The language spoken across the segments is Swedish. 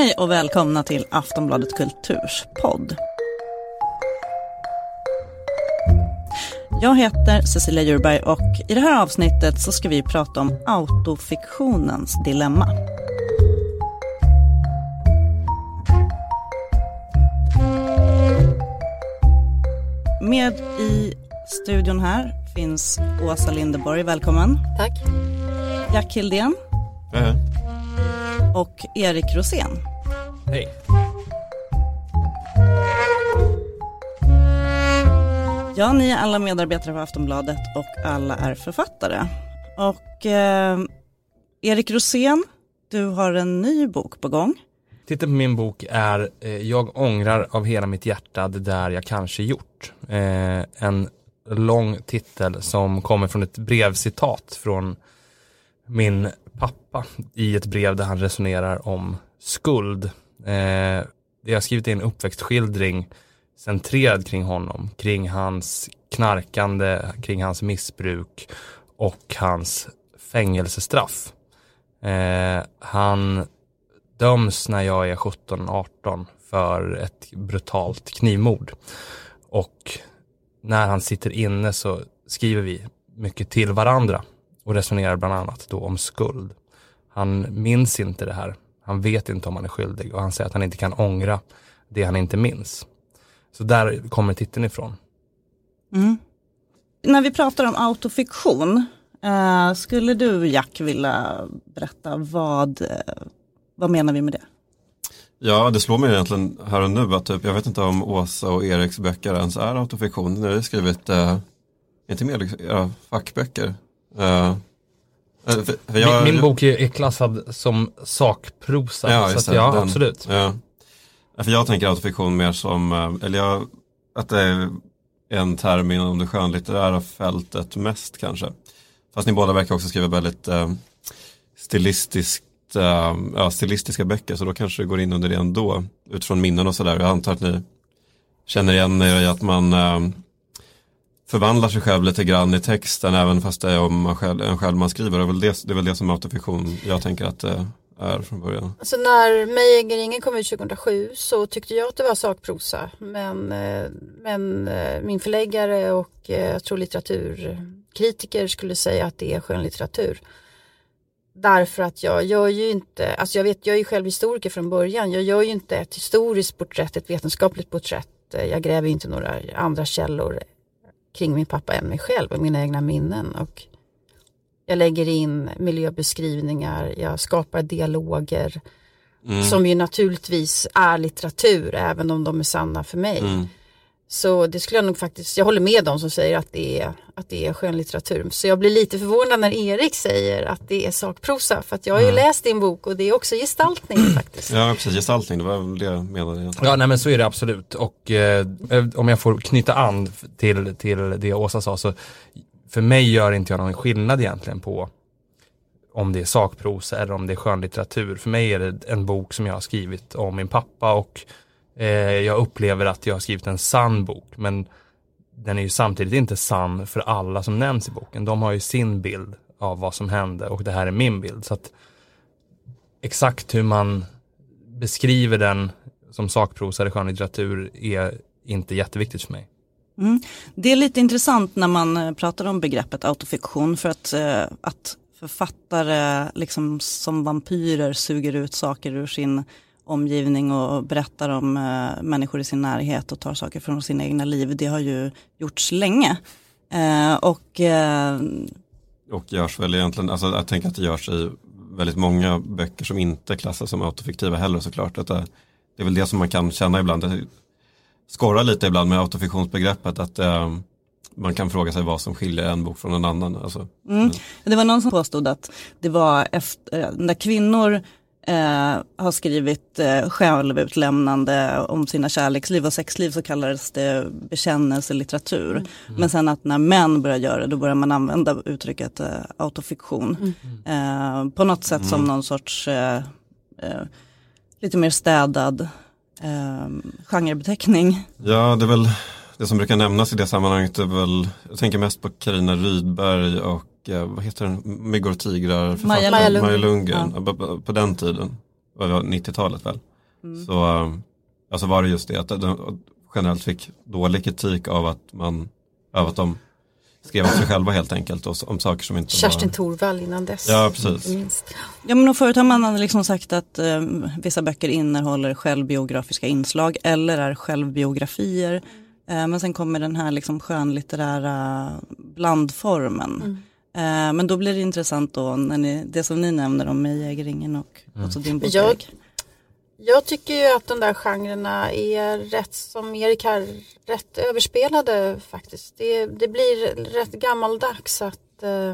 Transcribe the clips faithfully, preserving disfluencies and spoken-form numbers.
Hej och välkomna till Aftonbladet Kulturs podd. Jag heter Cecilia Djurberg och i det här avsnittet så ska vi prata om autofiktionens dilemma. Med i studion här finns Åsa Linderborg, välkommen. Tack. Jack Hildén. Hej. Och Erik Rosén. Hej. Ja, ni är alla medarbetare på Aftonbladet och alla är författare. Och eh, Erik Rosén, du har en ny bok på gång. Titeln på min bok är eh, Jag ångrar av hela mitt hjärta det där jag kanske gjort. Eh, en lång titel som kommer från ett brevcitat från min pappa i ett brev där han resonerar om skuld. Eh, det har skrivit en uppväxtskildring centrerad kring honom, kring hans knarkande, kring hans missbruk och hans fängelsestraff. Eh, han döms när jag är sjutton arton för ett brutalt knivmord. Och när han sitter inne så skriver vi mycket till varandra och resonerar bland annat då om skuld. Han minns inte det här. Han vet inte om han är skyldig och han säger att han inte kan ångra det han inte minns. Så där kommer titeln ifrån. Mm. När vi pratar om autofiktion, eh, skulle du, Jack, vilja berätta vad, eh, vad menar vi med det? Ja, det slår mig egentligen här och nu att typ, jag vet inte om Åsa och Eriks böcker ens är autofiktion. Ni har skrivit, eh, inte mer ja, fackböcker. Eh, för, för jag, min, min bok är klassad som sakprosa. Ja, så just att, det, ja, den, absolut. Ja. För jag tänker autofiktion mer som, eller jag, att det är en term inom det skönlitterära fältet mest kanske. Fast ni båda verkar också skriva väldigt eh, stilistiskt, eh, ja, stilistiska böcker, så då kanske det går in under det ändå, utifrån minnen och sådär. Jag antar att ni känner igen er i att man eh, förvandlar sig själv lite grann i texten, även fast det är om man själv, en själv man skriver. Det är väl det, det är väl det som autofiktion jag tänker att det är från början. Alltså när Mig äger ingen kom ut tjugohundrasju så tyckte jag att det var sakprosa. Men, men min förläggare och jag tror litteraturkritiker skulle säga att det är skönlitteratur. Därför att jag gör ju inte, alltså jag vet, jag är ju själv historiker från början. Jag gör ju inte ett historiskt porträtt, ett vetenskapligt porträtt. Jag gräver inte några andra källor kring min pappa än mig själv och mina egna minnen. Och jag lägger in miljöbeskrivningar, jag skapar dialoger mm. som ju naturligtvis är litteratur, även om de är sanna för mig. Mm. Så det skulle jag nog faktiskt, jag håller med dem som säger att det är, att det är skönlitteratur. Så jag blir lite förvånad när Erik säger att det är sakprosa, för att jag har ju mm. läst din bok och det är också gestaltning faktiskt. Ja, precis, gestaltning, det var det jag menade. Ja, nej men så är det absolut. Och eh, om jag får knyta an till, till det Åsa sa, så för mig gör inte jag någon skillnad egentligen på om det är sakprosa eller om det är skönlitteratur. För mig är det en bok som jag har skrivit om min pappa och eh, jag upplever att jag har skrivit en sann bok. Men den är ju samtidigt inte sann för alla som nämns i boken. De har ju sin bild av vad som hände och det här är min bild. Så att exakt hur man beskriver den som sakprosa eller skönlitteratur är inte jätteviktigt för mig. Mm. Det är lite intressant när man pratar om begreppet autofiktion, för att, eh, att författare liksom som vampyrer suger ut saker ur sin omgivning och berättar om eh, människor i sin närhet och tar saker från sina egna liv. Det har ju gjorts länge. Eh, och, eh, och görs väl egentligen, alltså jag tänker att det görs i väldigt många böcker som inte klassas som autofiktiva heller, såklart. Att det, det är väl det som man kan känna ibland. Det skorrar lite ibland med autofiktionsbegreppet, att eh, man kan fråga sig vad som skiljer en bok från en annan. Alltså. Mm. Det var någon som påstod att det var efter, när kvinnor eh, har skrivit eh, självutlämnande om sina kärleksliv och sexliv, så kallades det bekännelselitteratur. Mm. Men sen att när män börjar göra det, då börjar man använda uttrycket eh, autofiktion. Mm. Eh, på något sätt mm. som någon sorts eh, eh, lite mer städad eh, genrebeteckning. Ja, det är väl det som brukar nämnas i det sammanhanget är väl, jag tänker mest på Carina Rydberg och eh, vad heter den, Myggor och tigrar, Maja Lundgren, Maja Lundgren. Ja. På, på den tiden, var det nittiotalet väl? mm. så alltså var det just det att de generellt fick dålig kritik av att man av att de skrev om sig själva helt enkelt och om saker som inte Kerstin var... Thorvall innan dess. Ja, precis. Minst. Ja, men förut har man liksom sagt att eh, vissa böcker innehåller självbiografiska inslag eller är självbiografier. Eh, men sen kommer den här liksom skönlitterära blandformen. Mm. Eh, men då blir det intressant då när ni, det som ni nämner om mig, Jägeringen och, mm. och så din bok. Jag, jag tycker ju att de där genrerna är rätt, som Erik här, rätt överspelade faktiskt. Det, det blir rätt gammaldags att eh,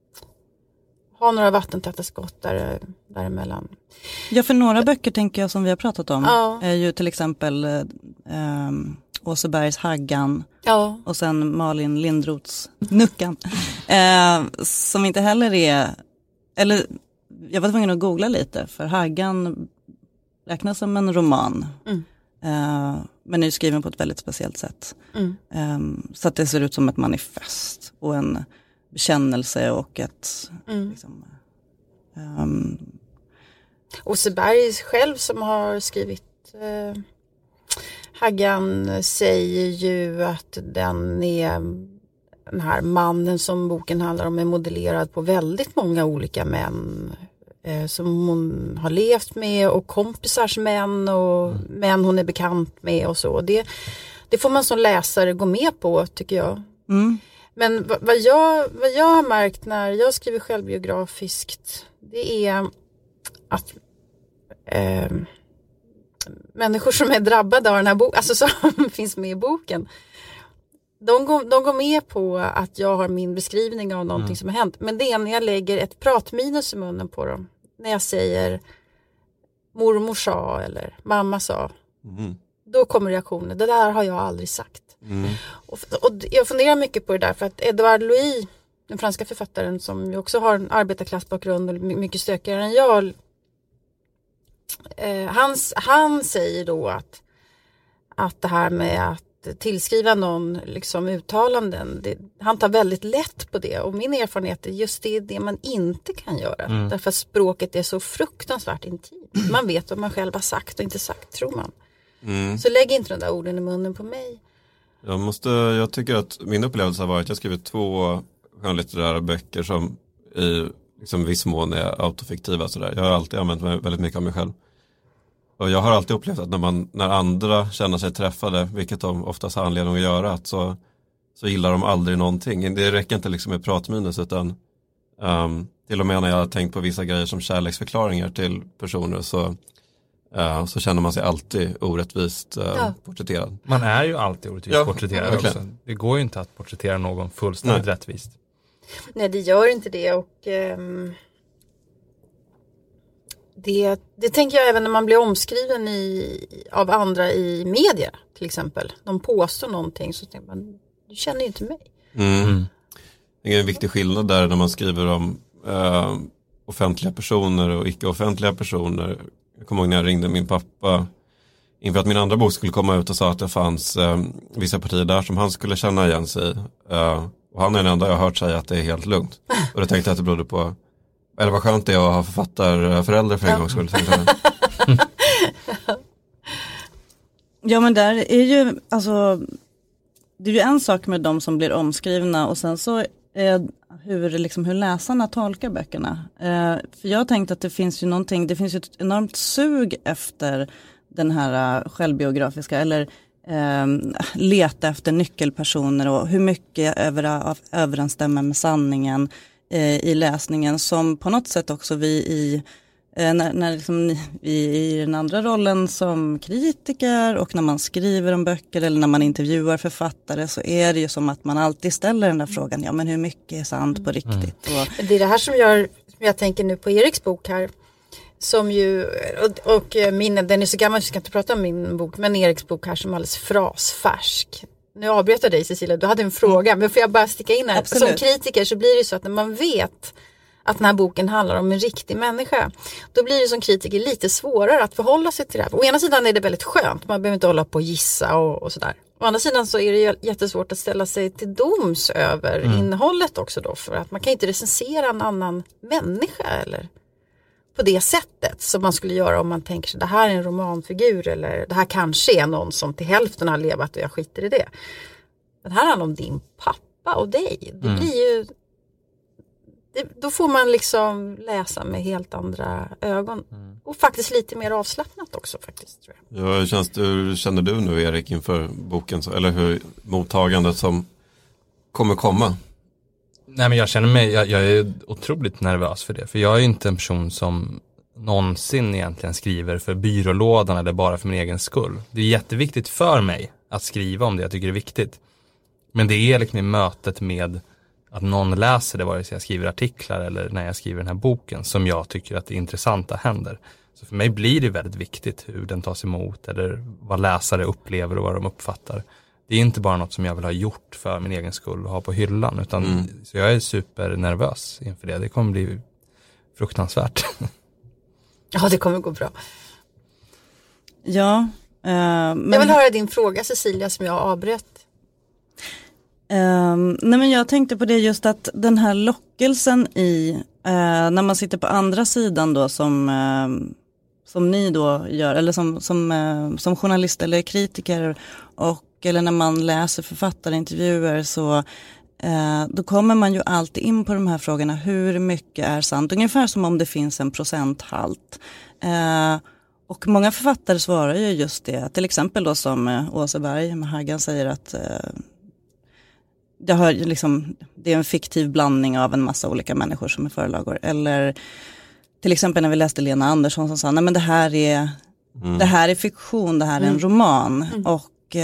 ha några vattentäta skott där, däremellan. Ja, för några böcker tänker jag som vi har pratat om ja. är ju till exempel eh, Åsebergs Haggan ja. och sen Malin Lindroths Nuckan. eh, som inte heller är, eller jag var tvungen att googla lite för Haggan räknas som en roman. Mm. Uh, men är skriven på ett väldigt speciellt sätt. Mm. Um, så att det ser ut som ett manifest och en bekännelse och ett... Mm. Liksom, um... Åseberg själv som har skrivit uh, Haggan säger ju att den är den här mannen som boken handlar om är modellerad på väldigt många olika män som hon har levt med och kompisars män och mm. män hon är bekant med och så. Det, det får man som läsare gå med på tycker jag. Mm. Men vad, vad, jag, vad jag har märkt när jag skriver självbiografiskt det är att eh, människor som är drabbade av den här boken, alltså som finns med i boken, De går, de går med på att jag har min beskrivning av någonting mm. som har hänt. Men det är när jag lägger ett pratminus i munnen på dem. När jag säger mormor sa eller mamma sa. Mm. Då kommer reaktionen. Det där har jag aldrig sagt. Mm. Och, och jag funderar mycket på det där. För att Edouard Louis, den franska författaren som ju också har en arbetarklassbakgrund och mycket stökigare än jag. Eh, han, han säger då att, att det här med att tillskriva någon liksom uttalanden, det, han tar väldigt lätt på det och min erfarenhet är just det, det man inte kan göra mm. därför att språket är så fruktansvärt intimt. Man vet vad man själv har sagt och inte sagt, tror man. Mm. Så lägg inte de där orden i munnen på mig. Jag, måste, jag tycker att min upplevelse har varit att jag skrivit två skönlitterära böcker som i liksom viss mån är autofiktiva. Sådär. Jag har alltid använt mig väldigt mycket av mig själv. Och jag har alltid upplevt att när, man, när andra känner sig träffade, vilket de oftast har anledning att göra, att så, så gillar de aldrig någonting. Det räcker inte liksom med pratminus utan um, till och med när jag har tänkt på vissa grejer som kärleksförklaringar till personer så, uh, så känner man sig alltid orättvist uh, ja. porträtterad. Man är ju alltid orättvist ja, porträtterad också. Det går ju inte att porträttera någon fullständigt Nej. rättvist. Nej, det gör inte det och... Um... Det, det tänker jag även när man blir omskriven i, av andra i media till exempel. De påstår någonting så tänker man, du känner ju inte mig. Mm. Det är en viktig skillnad där när man skriver om äh, offentliga personer och icke-offentliga personer. Jag kommer ihåg när jag ringde min pappa inför att min andra bok skulle komma ut och sa att det fanns äh, vissa partier där som han skulle känna igen sig i. Äh, och han är den enda jag har hört säga att det är helt lugnt. Och då tänkte jag att det berodde på eller vad skönt det är att ha författarföräldrar för en ja. gång skulle Ja, men där är ju alltså det är ju en sak med de som blir omskrivna och sen så är hur, liksom, hur läsarna tolkar böckerna. Eh, för jag tänkte att det finns ju någonting, det finns ju ett enormt sug efter den här uh, självbiografiska eller eh, leta efter nyckelpersoner och hur mycket över, överensstämmer med sanningen i läsningen som på något sätt också vi i när, när liksom vi i den andra rollen som kritiker och när man skriver om böcker eller när man intervjuar författare så är det ju som att man alltid ställer den där frågan, ja men hur mycket är sant på riktigt? Mm. Och, det är det här som gör, jag tänker nu på Eriks bok här som ju, och, och min, den är så gammal så jag ska inte prata om min bok, men Eriks bok här som är alldeles frasfärsk. Nu avbröt jag dig Cecilia, du hade en fråga, men får jag bara sticka in här? Absolut. Som kritiker så blir det så att när man vet att den här boken handlar om en riktig människa, då blir det som kritiker lite svårare att förhålla sig till det här. Å ena sidan är det väldigt skönt, man behöver inte hålla på och gissa och, och sådär. Å andra sidan så är det jättesvårt att ställa sig till doms över mm. innehållet också då, för att man kan inte recensera en annan människa eller på det sättet som man skulle göra om man tänker sig det här är en romanfigur eller det här kanske är någon som till hälften har levat och jag skiter i det. Det här handlar om din pappa och dig. Det mm. blir ju det, då får man liksom läsa med helt andra ögon mm. och faktiskt lite mer avslappnat också faktiskt, tror jag. Ja, hur, känns, hur känner du nu, Erik, inför boken, eller hur mottagandet som kommer komma? Nej, men jag känner mig, jag, jag är otroligt nervös för det. För jag är ju inte en person som någonsin egentligen skriver för byrålådan eller bara för min egen skull. Det är jätteviktigt för mig att skriva om det, jag tycker det är viktigt. Men det är liksom i mötet med att någon läser det, vare sig jag skriver artiklar eller när jag skriver den här boken, som jag tycker att det intressanta händer. Så för mig blir det väldigt viktigt hur den tas emot eller vad läsare upplever och vad de uppfattar. Det är inte bara något som jag vill ha gjort för min egen skull och ha på hyllan, utan mm. så jag är supernervös inför det. Det kommer bli fruktansvärt. Ja, det kommer gå bra. Ja. Uh, men... Jag vill höra din fråga, Cecilia, som jag avbröt. Uh, nej men jag tänkte på det just att den här lockelsen i, uh, när man sitter på andra sidan då som, uh, som ni då gör, eller som, som, uh, som journalist eller kritiker, och eller när man läser författarintervjuer, så eh, då kommer man ju alltid in på de här frågorna. Hur mycket är sant? Ungefär som om det finns en procenthalt. Eh, och många författare svarar ju just det. Till exempel då som eh, Åsa Berg med Haggan säger att eh, det, har liksom, det är en fiktiv blandning av en massa olika människor som är förlagor. Eller till exempel när vi läste Lena Andersson som sa, nej men det här är, mm. det här är fiktion, det här är en roman. Mm. Och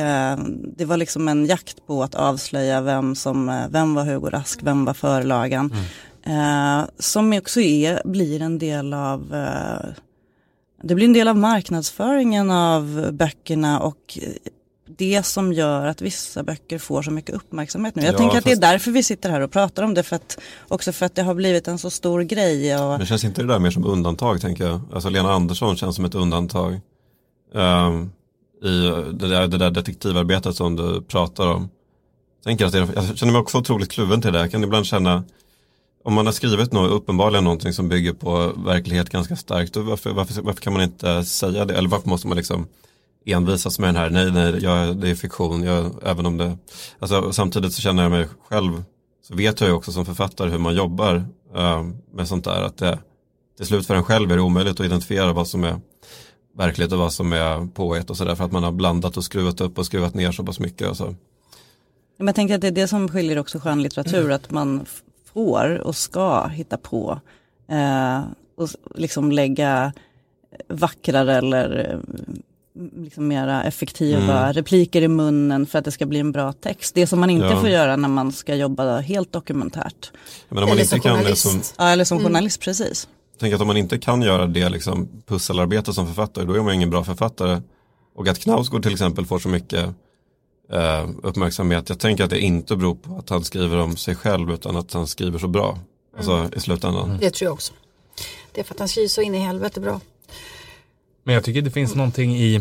det var liksom en jakt på att avslöja vem som vem var Hugo Rask, vem var förlagan. Mm. Eh, som också är, blir en del av eh, det blir en del av marknadsföringen av böckerna och det som gör att vissa böcker får så mycket uppmärksamhet nu. Jag ja, tänker att fast... det är därför vi sitter här och pratar om det, för att, också för att det har blivit en så stor grej. Och... Men känns inte det där mer som undantag, tänker jag? Alltså Lena Andersson känns som ett undantag. Um... i det där, det där detektivarbetet som du pratar om. Tänker att det, jag känner mig också otroligt kluven till det. Jag kan ibland känna, om man har skrivit något, uppenbarligen någonting som bygger på verklighet ganska starkt, då varför, varför, varför kan man inte säga det? Eller varför måste man liksom envisas med den här, nej, nej, jag, det är fiktion, jag, även om det, alltså, samtidigt så känner jag mig själv, så vet jag ju också som författare hur man jobbar uh, med sånt där, att det till slut för en själv är det omöjligt att identifiera vad som är verklighet och vad som är påhet och sådär, för att man har blandat och skruvat upp och skruvat ner så pass mycket. Och så. Men jag tänker att det är det som skiljer också skönlitteratur, mm. att man får och ska hitta på eh, och liksom lägga vackrare eller liksom mera effektiva mm. repliker i munnen för att det ska bli en bra text. Det som man inte ja. får göra när man ska jobba helt dokumentärt. Men om man eller inte som kan journalist. Som... Ja, eller som mm. journalist, precis. Jag tänker att om man inte kan göra det liksom pusselarbete som författare, då är man ingen bra författare. Och att Knausgård till exempel får så mycket eh, uppmärksamhet, jag tänker att det inte beror på att han skriver om sig själv, utan att han skriver så bra. Alltså mm. i slutändan. Mm. Det tror jag också. Det är för att han skriver så in i helvete bra. Men jag tycker det finns mm. någonting i,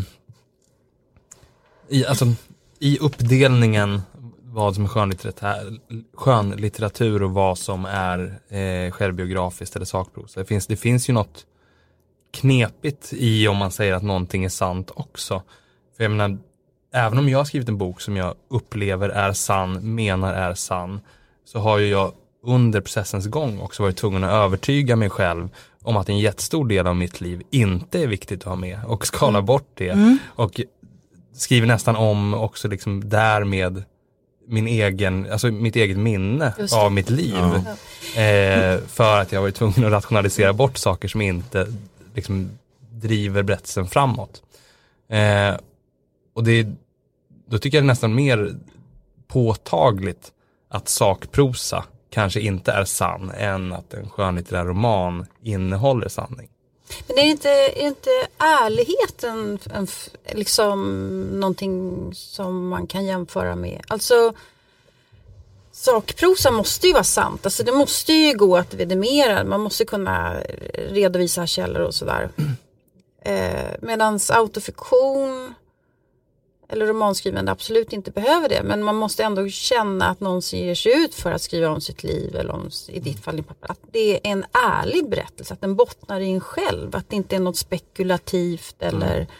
i, alltså, i uppdelningen vad som är skönlitteratur, skönlitteratur och vad som är eh, självbiografiskt eller sakprosa. Det finns, det finns ju något knepigt i om man säger att någonting är sant också. För jag menar, även om jag har skrivit en bok som jag upplever är sann, menar är sann, så har ju jag under processens gång också varit tvungen att övertyga mig själv om att en jättestor del av mitt liv inte är viktigt att ha med och skala mm. bort det. Mm. Och skriver nästan om också liksom därmed min egen, alltså mitt eget minne av mitt liv. Ja. Eh, för att jag varit tvungen att rationalisera bort saker som inte liksom driver berättelsen framåt. Eh, och det, då tycker jag det är nästan mer påtagligt att sakprosa kanske inte är sann än att en skönlitterär roman innehåller sanning. Men är inte, är inte ärligheten en, liksom någonting som man kan jämföra med? Alltså sakprosa måste ju vara sant. Alltså det måste ju gå att vidimera. Man måste kunna redovisa källor och sådär. Eh, medans autofiktion eller romanskrivande absolut inte behöver det. Men man måste ändå känna att någon ger sig ut för att skriva om sitt liv. Eller om, i ditt fall din pappa. Att det är en ärlig berättelse. Att den bottnar i en själv. Att det inte är något spekulativt eller, mm.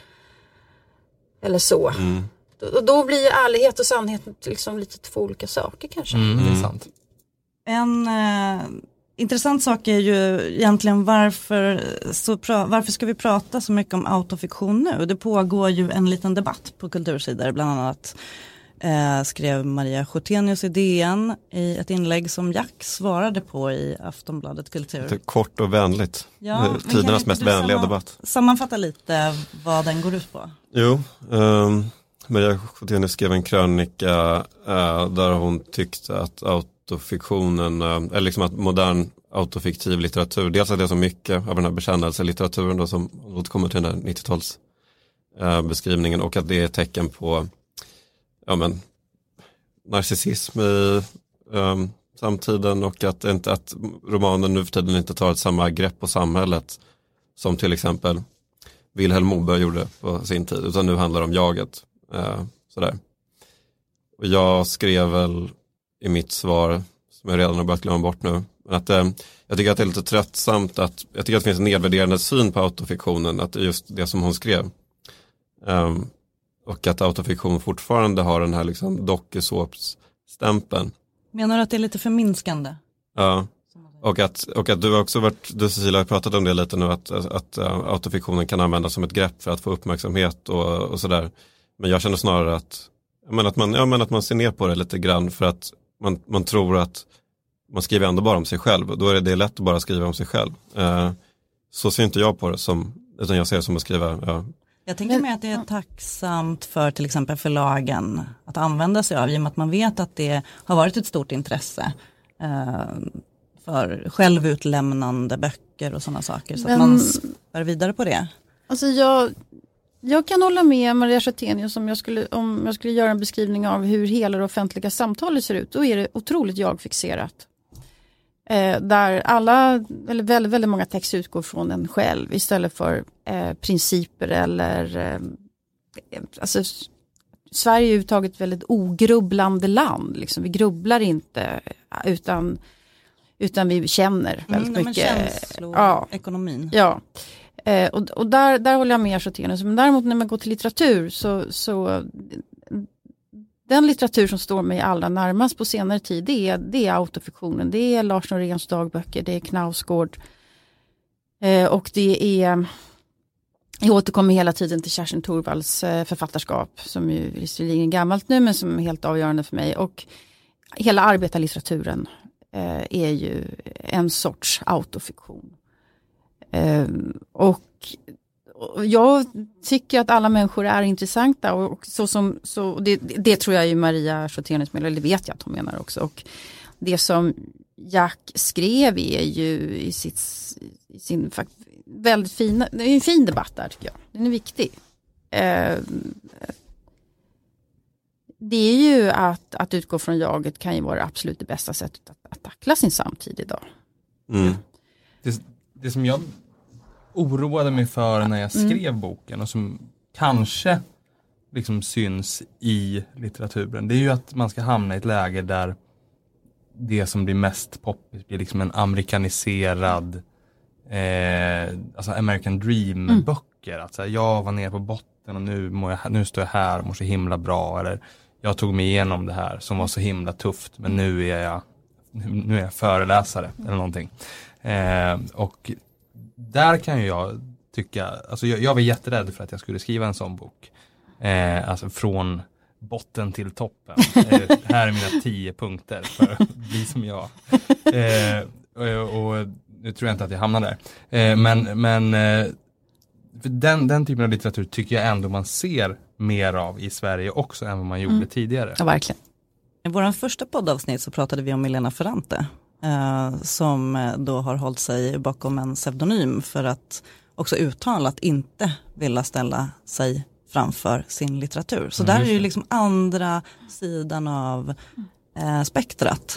eller så. Mm. Då, då blir ärlighet och sannhet liksom lite två olika saker kanske. Mm, det är sant. En eh, intressant sak är ju egentligen varför, så pra- varför ska vi prata så mycket om autofiktion nu? Det pågår ju en liten debatt på kultursidor, bland annat eh, skrev Maria Schottenius i D N i ett inlägg som Jack svarade på i Aftonbladet Kultur. Kort och vänligt. Ja, tidernas mest vänliga samman- debatt. Sammanfatta lite vad den går ut på. Jo, um, Maria Schottenius skrev en krönika uh, där hon tyckte att autofiktionen, uh, eller liksom att modern autofiktiv litteratur, dels att det är så mycket av den här bekännelselitteraturen då, som återkommer till den där nittio-tals uh, beskrivningen, och att det är ett tecken på ja, men, narcissism i um, samtiden, och att, inte, att romanen nu för tiden inte tar ett samma grepp på samhället som till exempel Vilhelm Moberg gjorde på sin tid, utan nu handlar det om jaget. Uh, sådär. Och jag skrev väl i mitt svar, som jag redan har börjat glömma bort nu, att uh, jag tycker att det är lite tröttsamt att, jag tycker att det finns en nedvärderande syn på autofiktionen, att det är just det som hon skrev. Um, och att autofiktion fortfarande har den här liksom dokusåpsstämpeln. Menar du att det är lite förminskande? Ja, och att, och att du har också varit, du Cecilia har pratat om det lite nu, att, att uh, autofiktionen kan användas som ett grepp för att få uppmärksamhet och, och sådär. Men jag känner snarare att, men att, man, ja, men att man ser ner på det lite grann, för att man, man tror att man skriver ändå bara om sig själv, och då är det, det är lätt att bara skriva om sig själv. Uh, så ser inte jag på det, som, utan jag ser det som att skriva... Ja. Jag tänker mig att det är tacksamt för till exempel förlagen att använda sig av, i och med att man vet att det har varit ett stort intresse uh, för självutlämnande böcker och sådana saker, så Men, att man spär vidare på det. Alltså jag... Jag kan hålla med Maria Schottenius om jag skulle, om jag skulle göra en beskrivning av hur hela det offentliga samtalet ser ut. Då är det otroligt jag-fixerat. Eh, där alla, eller väldigt, väldigt många texter utgår från en själv istället för eh, principer eller... Eh, alltså, Sverige är överhuvudtaget ett väldigt ogrubblande land. Liksom. Vi grubblar inte utan, utan vi känner väldigt mm, mycket. Känslor, ja, ekonomin. Ja. Eh, och och där, där håller jag med Schottenius. Men däremot när man går till litteratur så, så den litteratur som står mig allra närmast på senare tid, det är, det är autofiktionen. Det är Lars Noréns dagböcker, det är Knausgård eh, och det är, jag återkommer hela tiden till Kerstin Thorvalds eh, författarskap, som ju visserligen är gammalt nu men som är helt avgörande för mig, och hela arbetarlitteraturen eh, är ju en sorts autofiktion. Uh, och, och jag tycker att alla människor är intressanta, och, och så som, så, det, det tror jag ju Maria Schottenius menar, eller det vet jag att hon menar också, och det som Jack skrev är ju i, sitt, i sin fakt, väldigt fina, det är en fin debatt där tycker jag, den är viktig. Uh, det är ju att, att utgå från jaget kan ju vara absolut det bästa sättet att, att tackla sin samtid idag. Mm. Det, det som jag oroade mig för när jag skrev mm. boken, och som kanske liksom syns i litteraturen, det är ju att man ska hamna i ett läge där det som blir mest poppigt blir liksom en amerikaniserad eh, alltså American Dream-böcker. Mm. Alltså, jag var nere på botten och nu, må jag, nu står jag här och mår så himla bra, eller jag tog mig igenom det här som var så himla tufft, men nu är jag nu är jag föreläsare eller någonting. Eh, och där kan ju jag tycka, alltså jag, jag var jätterädd för att jag skulle skriva en sån bok. Eh, alltså från botten till toppen. Eh, här är mina tio punkter för att bli som jag. Eh, och, och nu tror jag inte att jag hamnar där. Eh, men men eh, för den, den typen av litteratur tycker jag ändå man ser mer av i Sverige också än vad man gjorde mm. tidigare. Ja, verkligen. I vår första poddavsnitt så pratade vi om Milena Ferrante. Eh, som då har hållit sig bakom en pseudonym för att också uttala att inte vilja ställa sig framför sin litteratur. Så mm, där är ju liksom andra sidan av eh, spektrat.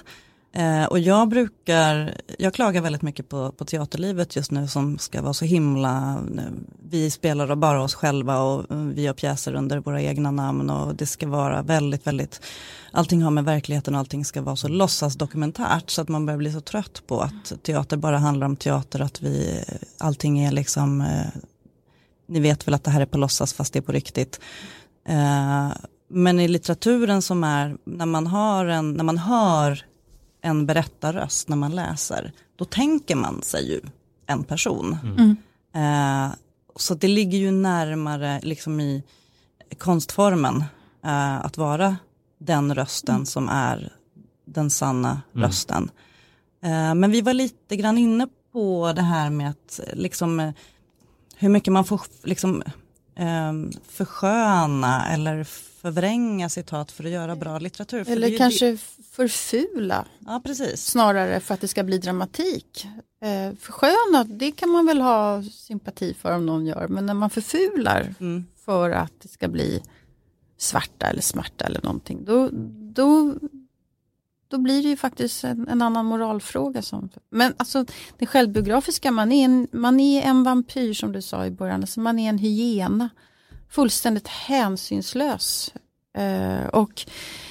Eh, och jag brukar, jag klagar väldigt mycket på, på teaterlivet just nu som ska vara så himla, vi spelar bara oss själva och vi har pjäser under våra egna namn och det ska vara väldigt, väldigt, allting har med verkligheten och allting ska vara så låtsas dokumentärt så att man börjar bli så trött på att teater bara handlar om teater, att vi, allting är liksom, eh, ni vet väl att det här är på låtsas fast det är på riktigt. Eh, men i litteraturen som är, när man har en, när man hör en berättarröst när man läser, då tänker man sig ju en person. Mm. Eh, så det ligger ju närmare liksom i konstformen eh, att vara den rösten mm. som är den sanna mm. rösten. Eh, men vi var lite grann inne på det här med att liksom hur mycket man får liksom eh, försköna eller förvränga citat för att göra bra litteratur. För eller det kanske det... förfula. Ja, precis. Snarare för att det ska bli dramatik. Eh, försköna, det kan man väl ha sympati för om någon gör. Men när man förfular mm. för att det ska bli svarta eller smärta eller någonting. Då, då, då blir det ju faktiskt en, en annan moralfråga. Som, men alltså det självbiografiska, man är, en, man är en vampyr som du sa i början. Alltså man är en hyena. Fullständigt hänsynslös. Eh, och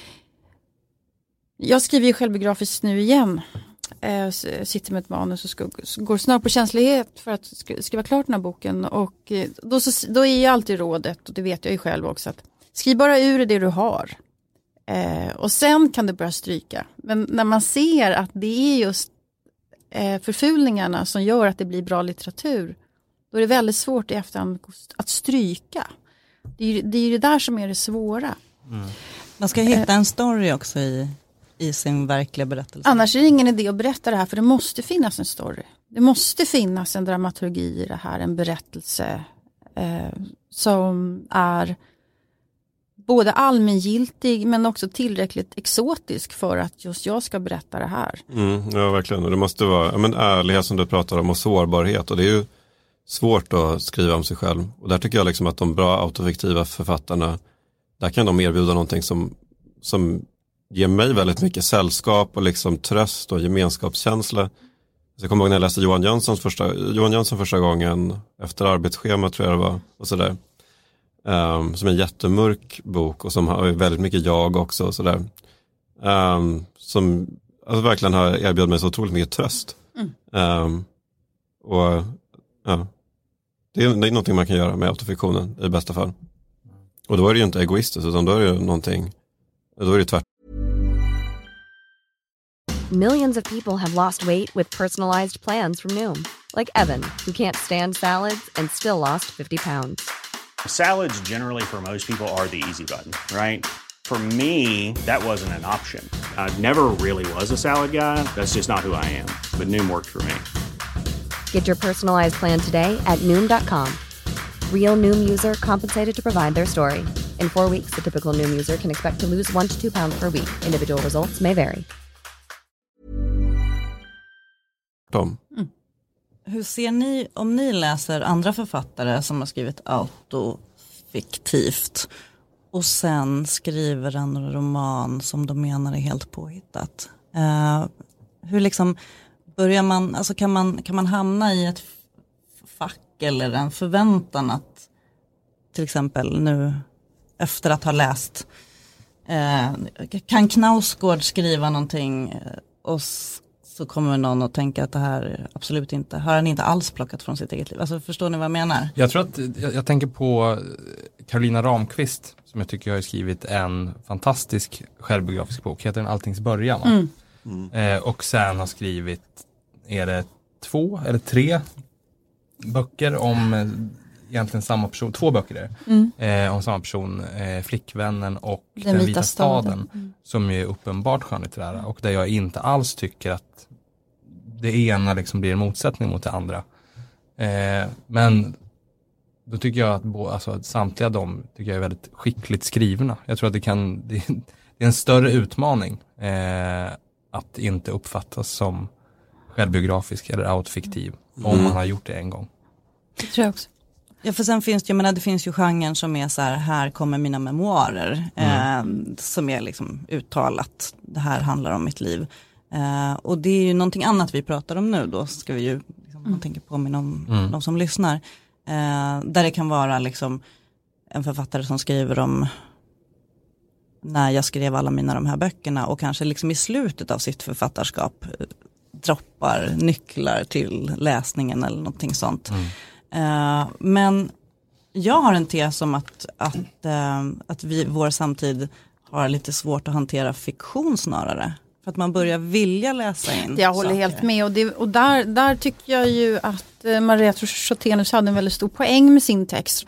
jag skriver ju självbiografiskt nu igen. Eh, sitter med ett manus och ska, går snart på känslighet för att skriva klart den här boken. Och eh, då, så, då är ju alltid rådet, och det vet jag ju själv också, att skriv bara ur det du har. Eh, och sen kan du börja stryka. Men när man ser att det är just eh, förfulningarna som gör att det blir bra litteratur, då är det väldigt svårt i efterhand att stryka. Det är ju det, är det där som är det svåra. Mm. Man ska hitta en story också i, i sin verkliga berättelse. Annars är det ingen idé att berätta det här, för det måste finnas en story. Det måste finnas en dramaturgi i det här, en berättelse eh, som är både allmängiltig men också tillräckligt exotisk för att just jag ska berätta det här. Mm, ja, verkligen. Och det måste vara ja, men ärlighet som du pratar om och sårbarhet, och det är ju svårt att skriva om sig själv. Och där tycker jag liksom att de bra autofiktiva författarna, där kan de erbjuda någonting som, som ger mig väldigt mycket sällskap och liksom tröst och gemenskapskänsla. Så jag kommer ihåg när jag läste Johan Jönssons första, Johan Jönsson första gången efter arbetsschema tror jag det var, och sådär. Um, som en jättemörk bok och som har väldigt mycket jag också och sådär. Um, som alltså verkligen har erbjudit mig så otroligt mycket tröst. Mm. Um, och ja, det är, det är någonting man kan göra med autofiktionen i bästa fall. Och då är det ju inte egoistiskt, utan då är det ju någonting, då är det tvärt. Millions of people have lost weight with personalized plans from Noom. Like Evan, who can't stand salads and still lost fifty pounds. Salads generally for most people are the easy button, right? For me, that wasn't an option. I never really was a salad guy. That's just not who I am. But Noom worked for me. Get your personalized plan today at Noom dot com. Real Noom user compensated to provide their story. In four weeks, the typical Noom user can expect to lose one to two pounds per week. Individual results may vary. Tom. Mm. Hur ser ni, om ni läser andra författare som har skrivit autofiktivt och sen skriver en roman som de menar är helt påhittat? Uh, hur liksom börjar man, alltså kan man, kan man hamna i ett fack eller en förväntan att till exempel nu efter att ha läst uh, kan Knausgård skriva någonting och så kommer någon att tänka att det här absolut inte, har han inte alls plockat från sitt eget liv. Alltså förstår ni vad jag menar? Jag tror att, jag, jag tänker på Carolina Ramqvist som jag tycker har skrivit en fantastisk självbiografisk bok. Heter den Alltings början? Mm. Mm. Eh, och sen har skrivit, är det två eller tre böcker om eh, egentligen samma person, två böcker där, mm. eh, om samma person, eh, Flickvännen och Den, Den vita, vita staden, staden mm. som är uppenbart skönlitterära och där jag inte alls tycker att det ena liksom blir en motsättning mot det andra. Eh, men då tycker jag att, bo, alltså, att samtliga de tycker jag är väldigt skickligt skrivna. Jag tror att det kan, det, det är en större utmaning eh, att inte uppfattas som självbiografisk eller autofiktiv mm. om man har gjort det en gång. Det tror jag också. Ja, för sen finns det, jag menar, det finns ju genren som är så här, här kommer mina memoarer mm. eh, som är liksom uttalat, det här handlar om mitt liv. Eh, och det är ju någonting annat vi pratar om nu då, ska vi ju liksom, man tänker påminna om mm. de som lyssnar. Eh, där det kan vara liksom en författare som skriver om när jag skrev alla mina de här böckerna och kanske liksom i slutet av sitt författarskap droppar nycklar till läsningen eller någonting sånt. Mm. Uh, men jag har en tes om att, att, uh, att vi vår samtid har lite svårt att hantera fiktion snarare. För att man börjar vilja läsa in Jag håller saker. helt med och, det, och där, där tycker jag ju att uh, Maria Schottenius hade en väldigt stor poäng med sin text.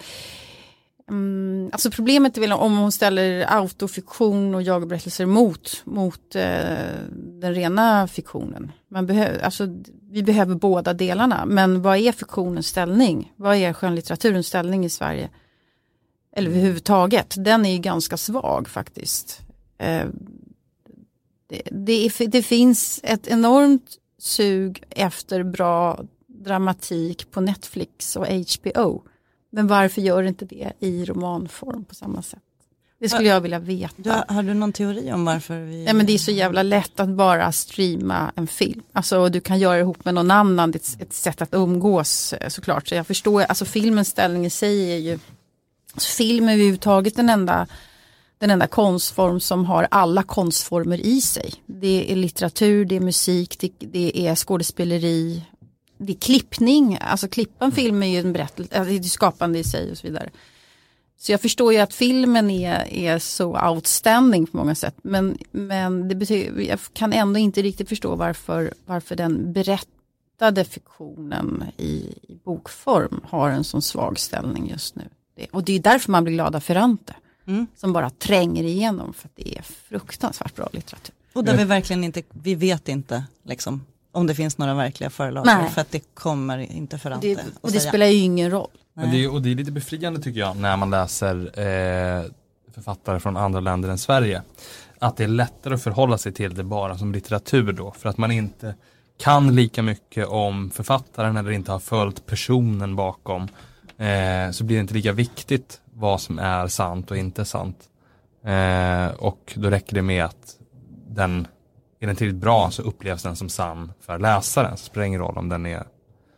Mm, alltså problemet är väl om hon ställer autofiktion och jagberättelser mot, mot eh, den rena fiktionen. Man behöver, alltså, vi behöver båda delarna. Men vad är fiktionens ställning? Vad är skönlitteraturens ställning i Sverige? Eller överhuvudtaget. Den är ju ganska svag faktiskt. Eh, det, det, är, det finns ett enormt sug efter bra dramatik på Netflix och H B O. Men varför gör inte det i romanform på samma sätt? Det skulle jag vilja veta. Ja, har du någon teori om varför vi... Nej, men det är så jävla lätt att bara streama en film. Alltså du kan göra det ihop med någon annan. Det är ett sätt att umgås såklart. Så jag förstår, alltså filmens ställning i sig är ju... Alltså, film är överhuvudtaget den enda, den enda konstform som har alla konstformer i sig. Det är litteratur, det är musik, det, det är skådespeleri... Det är klippning, alltså klippa en film är ju en berättelse, alltså det är skapande i sig och så vidare. Så jag förstår ju att filmen är, är så outstanding på många sätt. Men, men det betyder, jag kan ändå inte riktigt förstå varför, varför den berättade fiktionen i, i bokform har en sån svag ställning just nu. Det, och det är därför man blir glad av Ferrante. Mm. Som bara tränger igenom för att det är fruktansvärt bra litteratur. Och där vi verkligen inte, vi vet inte liksom. Om det finns några verkliga förlagar. För att det kommer inte Ferrante. Det, och det spelar ju ingen roll. Och det, är, och det är lite befriande tycker jag när man läser eh, författare från andra länder än Sverige. Att det är lättare att förhålla sig till det bara som litteratur då. För att man inte kan lika mycket om författaren eller inte har följt personen bakom. Eh, så blir det inte lika viktigt vad som är sant och inte sant. Eh, och då räcker det med att den... Är den tillräckligt bra så upplevs den som sann för läsaren. Så spelar det ingen roll om den är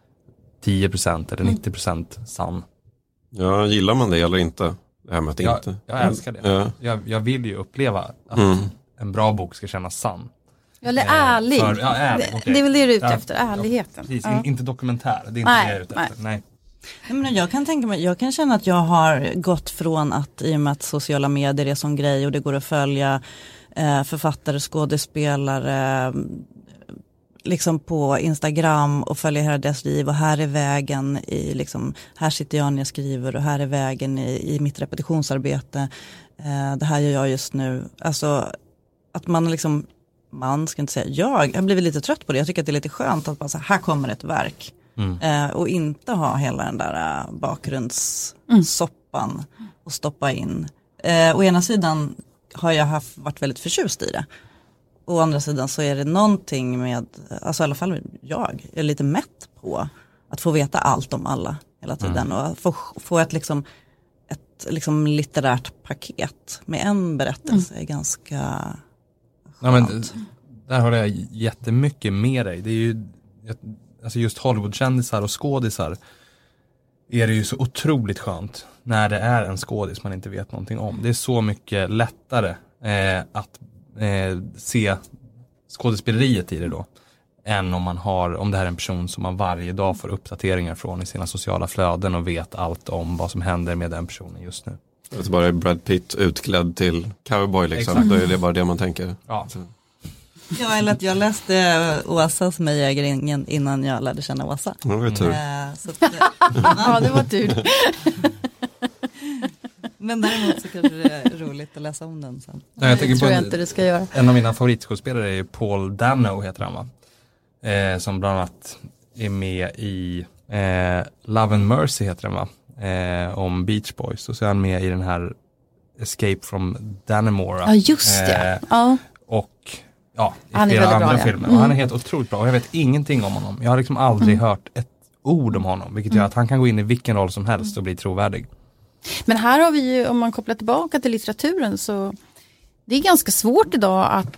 tio procent eller nittio procent sann. Ja, gillar man det eller inte? Det här med att jag, inte. Jag älskar det. Ja. Jag, jag vill ju uppleva att mm. en bra bok ska kännas sann. Eller ärlig. För, ja, ärlig. Det, Okay. det är väl det du är ute ja, efter, ärligheten. Ja, precis, ja. In, inte dokumentär. Det är inte nej, det jag är ute efter. Nej. Nej. Men jag kan tänka mig, jag kan känna att jag har gått från att i och med att sociala medier är som grej och det går att följa författare, skådespelare liksom på Instagram och följa hela deras liv och här är vägen i liksom, här sitter jag när jag skriver och här är vägen i, i mitt repetitionsarbete. Eh, det här gör jag just nu. Alltså att man liksom, man ska inte säga, jag har blivit lite trött på det. Jag tycker att det är lite skönt att bara så här kommer ett verk mm. eh, och inte ha hela den där bakgrundssoppan mm. och stoppa in. Eh, å ena sidan har jag haft, varit väldigt förtjust i det. Å andra sidan så är det någonting med, alltså i alla fall jag är lite mätt på att få veta allt om alla hela tiden. Mm. Och få, få ett, liksom, ett liksom litterärt paket med en berättelse mm. är ganska skönt. Ja, men, där har jag jättemycket med dig. Det är ju, alltså just Hollywoodkändisar och skådisar är det ju så otroligt skönt när det är en skådis man inte vet någonting om. Det är så mycket lättare eh, att eh, se skådespeleriet i det då än om man har, om det här är en person som man varje dag får uppdateringar från i sina sociala flöden och vet allt om vad som händer med den personen just nu. Det är bara Brad Pitt utklädd till cowboy liksom. Exakt. Då är det bara det man tänker. Ja. Så. Ja, eller att jag läste Åsas Mig äger ingen innan jag lärde känna Åsa. Ja, det var tur. Äh, så att, ja, det var tur. Men däremot så kanske det är roligt att läsa om den sen. Ja, jag tänker det tror på jag en, inte det ska göra. En av mina favoritskådespelare är Paul Dano heter han va? Eh, som bland annat är med i eh, Love and Mercy heter den va? Eh, om Beach Boys. Och så är han med i den här Escape from Dannemora. Ja, just det. Eh, ja. Och ja, i han flera andra bra, filmer. Ja. Mm. Och han är helt otroligt bra. Och jag vet ingenting om honom. Jag har liksom aldrig mm. hört ett ord om honom. Vilket gör att han kan gå in i vilken roll som helst och bli trovärdig. Men här har vi ju, om man kopplar tillbaka till litteraturen så det är ganska svårt idag att,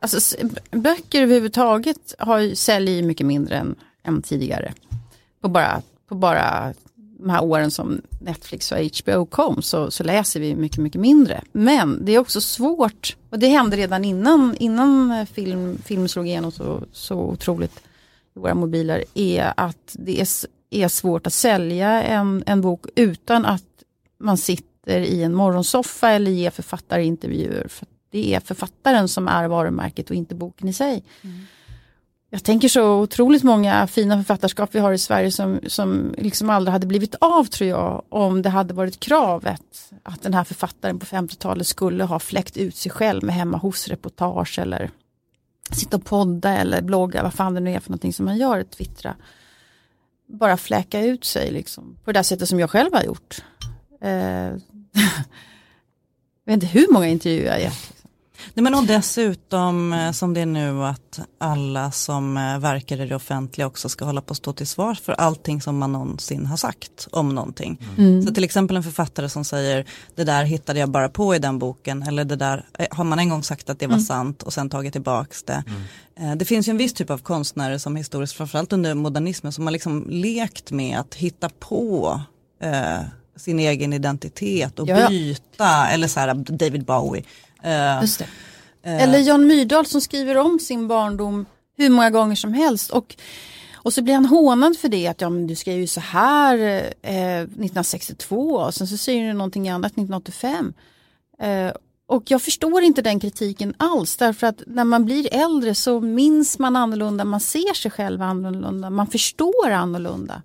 Alltså böcker överhuvudtaget har ju, säljer mycket mindre än, än tidigare. På bara, på bara de här åren som Netflix och H B O kom så, så läser vi mycket, mycket mindre. Men det är också svårt, och det hände redan innan, innan film, film slog igenom så, så otroligt i våra mobiler, är att det är, är svårt att sälja en, en bok utan att man sitter i en morgonsoffa eller ger författarintervjuer. För det är författaren som är varumärket och inte boken i sig. Mm. Jag tänker så otroligt många fina författarskap vi har i Sverige som, som liksom aldrig hade blivit av, tror jag, om det hade varit kravet att den här författaren på femtiotalet skulle ha fläckt ut sig själv med hemma hos reportage eller sitta och podda eller blogga, vad fan det nu är för någonting som man gör, twittra. Bara fläcka ut sig liksom, på det där sättet som jag själv har gjort. Eh, jag vet inte hur många intervjuer jag har gett. Nej, men och dessutom som det är nu att alla som verkar i det offentliga också ska hålla på att stå till svar för allting som man någonsin har sagt om någonting. Mm. Så till exempel en författare som säger det där hittade jag bara på i den boken, eller det där har man en gång sagt att det var mm. sant och sen tagit tillbaks det. Mm. Det finns ju en viss typ av konstnärer som historiskt, framförallt under modernismen, som har liksom lekt med att hitta på eh, sin egen identitet och ja, byta, ja. Eller så här David Bowie. Uh, Just det. Uh, Eller Jan Myrdal som skriver om sin barndom hur många gånger som helst och, och så blir han hånad för det att ja, men du skrev ju så här eh, nittonhundrasextiotvå och sen så säger du någonting annat nittonhundraåttiofem uh, och jag förstår inte den kritiken alls, därför att när man blir äldre så minns man annorlunda, man ser sig själv annorlunda, man förstår annorlunda.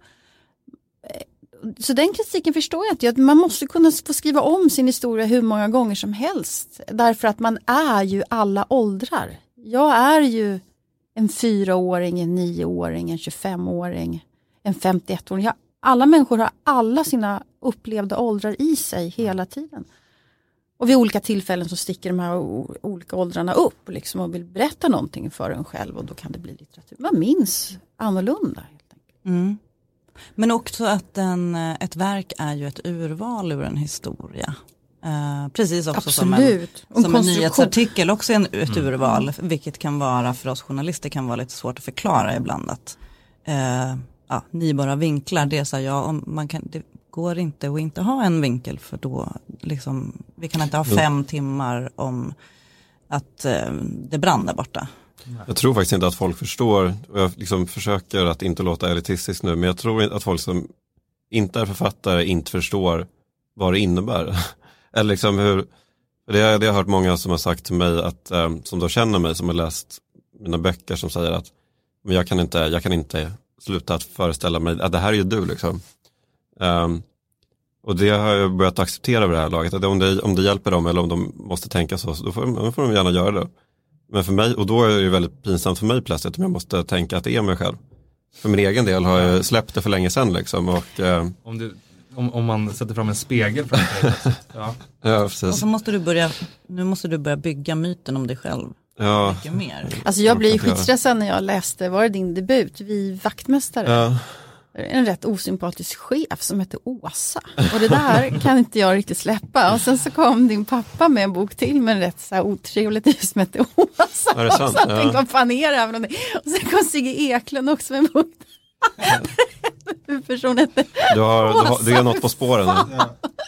Så den kritiken förstår jag inte. Man måste kunna få skriva om sin historia hur många gånger som helst. Därför att man är ju alla åldrar. Jag är ju en fyraåring, en nioåring, en tjugofemåring, en femtioettåring. Jag, alla människor har alla sina upplevda åldrar i sig hela tiden. Och vid olika tillfällen så sticker de här o- olika åldrarna upp liksom, och vill berätta någonting för en själv. Och då kan det bli litteratur. Man minns annorlunda helt enkelt. Mm. Men också att en, ett verk är ju ett urval ur en historia. Eh, precis också Absolut. som en, som en nyhetsartikel också är en, ett mm. urval. Vilket kan vara, för oss journalister kan vara lite svårt att förklara ibland. Att eh, ja, ni bara vinklar, det är så här, ja, om man kan, det går inte att inte ha en vinkel. För då, liksom, vi kan inte ha fem mm. timmar om att eh, det brann där borta. Jag tror faktiskt inte att folk förstår, och jag liksom försöker att inte låta elitistisk nu, men jag tror att folk som inte är författare inte förstår vad det innebär. Eller liksom hur, det har jag hört många som har sagt till mig, att, som då känner mig, som har läst mina böcker, som säger att men jag, kan inte, jag kan inte sluta att föreställa mig att det här är ju du liksom. Um, och det har jag börjat acceptera vid det här laget, att om det, om det hjälper dem eller om de måste tänka så, då får, då får de gärna göra det. Men för mig, och då är det väldigt pinsamt för mig plötsligt om jag måste tänka att det är mig själv. För min egen del har jag släppt det för länge sedan liksom. Och, eh... om, du, om, om man sätter fram en spegel framför dig. Ja. Ja, precis. Och så måste du börja, nu måste du börja bygga myten om dig själv. Ja. Mycket mer. Alltså jag blir skitstressad när jag läste, var det din debut? Vi vaktmästare. Ja. En rätt osympatisk chef som heter Åsa. Och det där kan inte jag riktigt släppa. Och sen så kom din pappa med en bok till med en rätt så här otrevligt liv som heter Åsa. Är det sant? Och så tänkte vad fan är det här för någonting? Och sen kom Sigge Eklund också med en bok. Hur person heter du, har, du, har, du är något på spåren. Ja.